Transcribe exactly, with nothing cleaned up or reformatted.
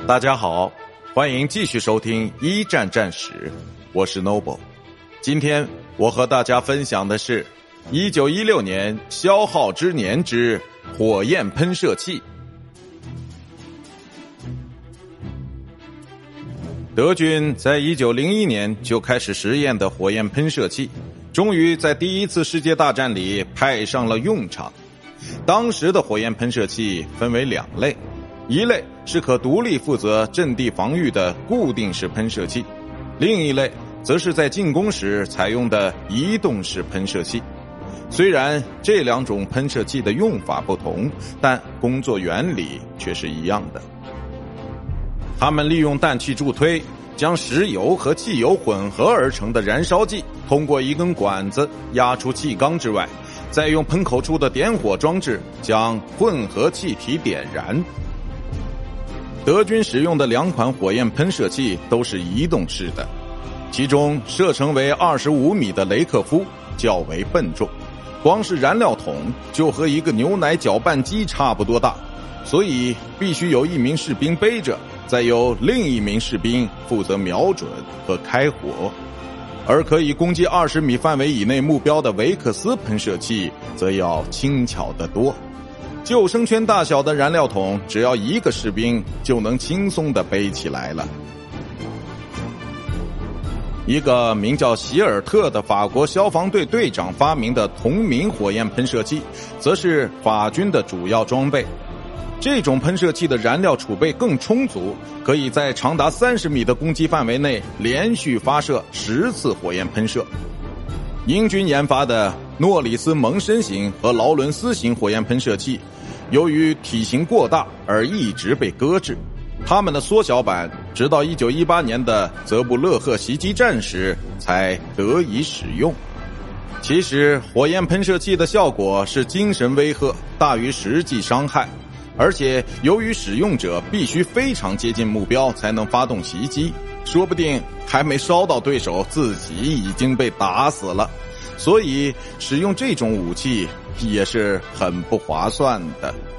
大家好，欢迎继续收听一战战史，我是 Noble。 今天我和大家分享的是一九一六年消耗之年之火焰喷射器。德军在一九零一年就开始实验的火焰喷射器，终于在第一次世界大战里派上了用场。当时的火焰喷射器分为两类，一类是可独立负责阵地防御的固定式喷射器，另一类则是在进攻时采用的移动式喷射器。虽然这两种喷射器的用法不同，但工作原理却是一样的。他们利用氮气助推，将石油和汽油混合而成的燃烧剂通过一根管子压出气缸之外，再用喷口处的点火装置将混合气体点燃。德军使用的两款火焰喷射器都是移动式的，其中射程为二十五米的雷克夫较为笨重，光是燃料桶就和一个牛奶搅拌机差不多大，所以必须有一名士兵背着，再由另一名士兵负责瞄准和开火。而可以攻击二十米范围以内目标的维克斯喷射器则要轻巧得多，救生圈大小的燃料桶只要一个士兵就能轻松地背起来了。一个名叫席尔特的法国消防队队长发明的同名火焰喷射器，则是法军的主要装备。这种喷射器的燃料储备更充足，可以在长达三十米的攻击范围内连续发射十次火焰喷射。英军研发的诺里斯蒙森型和劳伦斯型火焰喷射器，由于体型过大而一直被搁置，他们的缩小版直到一九一八年的泽布勒赫袭击战时才得以使用。其实火焰喷射器的效果是精神威吓大于实际伤害，而且由于使用者必须非常接近目标才能发动袭击，说不定还没烧到对手，自己已经被打死了，所以使用这种武器也是很不划算的。